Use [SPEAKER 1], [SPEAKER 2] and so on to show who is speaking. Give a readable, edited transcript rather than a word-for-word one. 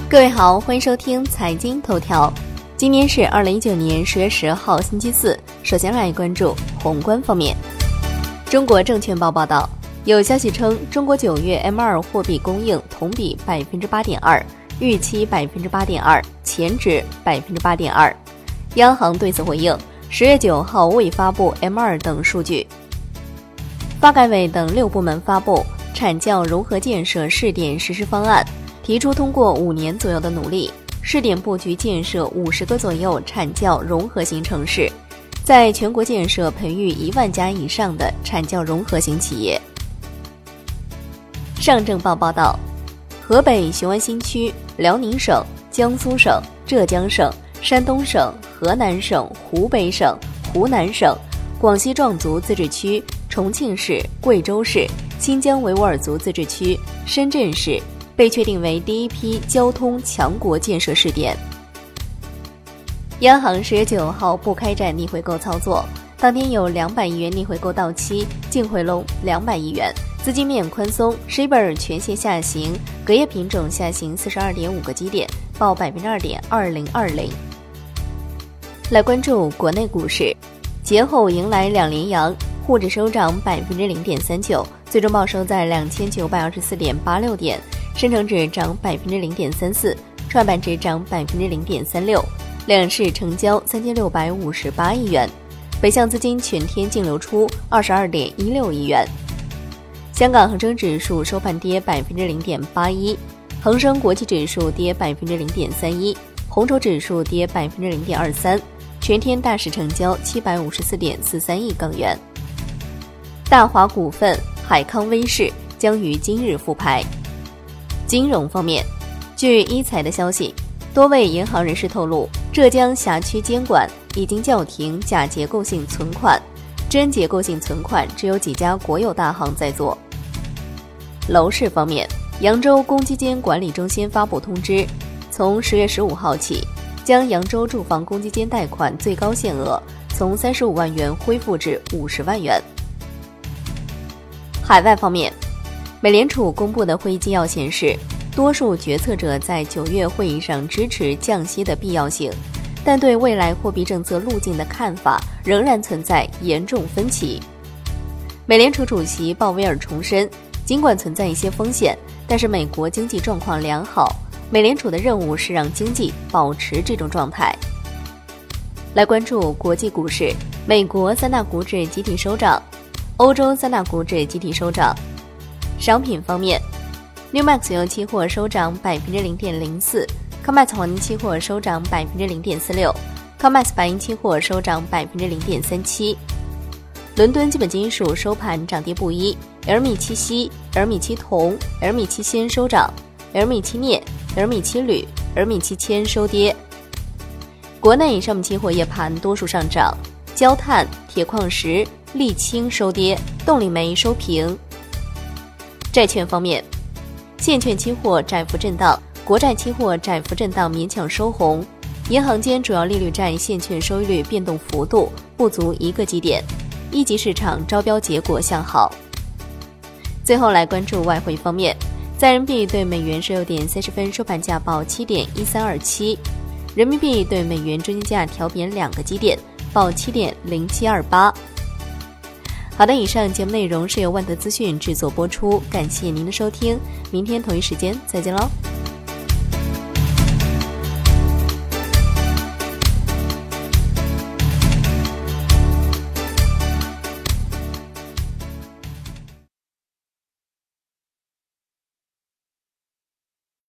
[SPEAKER 1] 各位好，欢迎收听财经头条。今天是2019年10月10号星期四。首先来关注宏观方面。中国证券报报道，有消息称，中国9月 M2 货币供应同比 8.2%， 预期 8.2%， 前值 8.2%。央行对此回应，10月9号未发布 M2 等数据。发改委等6部门发布产教融合建设试点实施方案，提出通过5年左右的努力，试点布局建设50个左右产教融合型城市，在全国建设培育1万家以上的产教融合型企业。上证报报道，河北雄安新区、辽宁省、江苏省、浙江省、山东省、河南省、湖北省、湖南省、广西壮族自治区、重庆市、贵州市、新疆维吾尔族自治区、深圳市被确定为第一批交通强国建设试点。央行10月9号不开展逆回购操作，当天有200亿元逆回购到期，净回笼200亿元，资金面宽松 ，Shibor 全线下行，隔夜品种下行42.5个基点，报 2.2020。来关注国内股市，节后迎来2连阳，沪指收涨 0.39%， 最终报收在 2924.86 点，深成指涨 0.34%， 创业板指涨 0.36%， 两市成交3658亿元，北向资金全天净流出 22.16 亿元。香港恒生指数收盘跌 0.81%， 恒生国际指数跌 0.31%， 红筹指数跌 0.23%， 全天大市成交754.43亿港元。大华股份、海康威视将于今日复牌。金融方面，据一财的消息，多位银行人士透露，浙江辖区监管已经叫停假结构性存款，真结构性存款只有几家国有大行在做。楼市方面，扬州公积金管理中心发布通知，从10月15号起，将扬州住房公积金贷款最高限额从35万元恢复至50万元。海外方面，美联储公布的会议纪要显示，多数决策者在9月会议上支持降息的必要性，但对未来货币政策路径的看法仍然存在严重分歧。美联储主席鲍威尔重申，尽管存在一些风险，但是美国经济状况良好，美联储的任务是让经济保持这种状态。来关注国际股市，美国3大股指集体收涨，欧洲3大股指集体收涨。商品方面，Newmax 原油期货收涨 0.04%， COMEX 黄金期货收涨 0.46%， COMEX 白银期货收涨 0.37%。伦敦基本金属收盘涨跌不一，LME 期锡、LME 期铜、LME 期铅收涨，LME 期镍、LME 期铝、LME 期铅收跌。国内商品期货夜盘多数上涨，焦炭、铁矿石、沥青收跌，动力煤收平。债券方面，现券期货窄幅震荡，国债期货窄幅震荡勉强收红，银行间主要利率债现券收益率变动幅度不足1个基点，一级市场招标结果向好。最后来关注外汇方面，在人民币对美元16点30分收盘价报 7.1327， 人民币对美元中间价调贬2个基点，报 7.0728。好的，以上节目内容是由万德资讯制作播出，感谢您的收听，明天同一时间再见喽。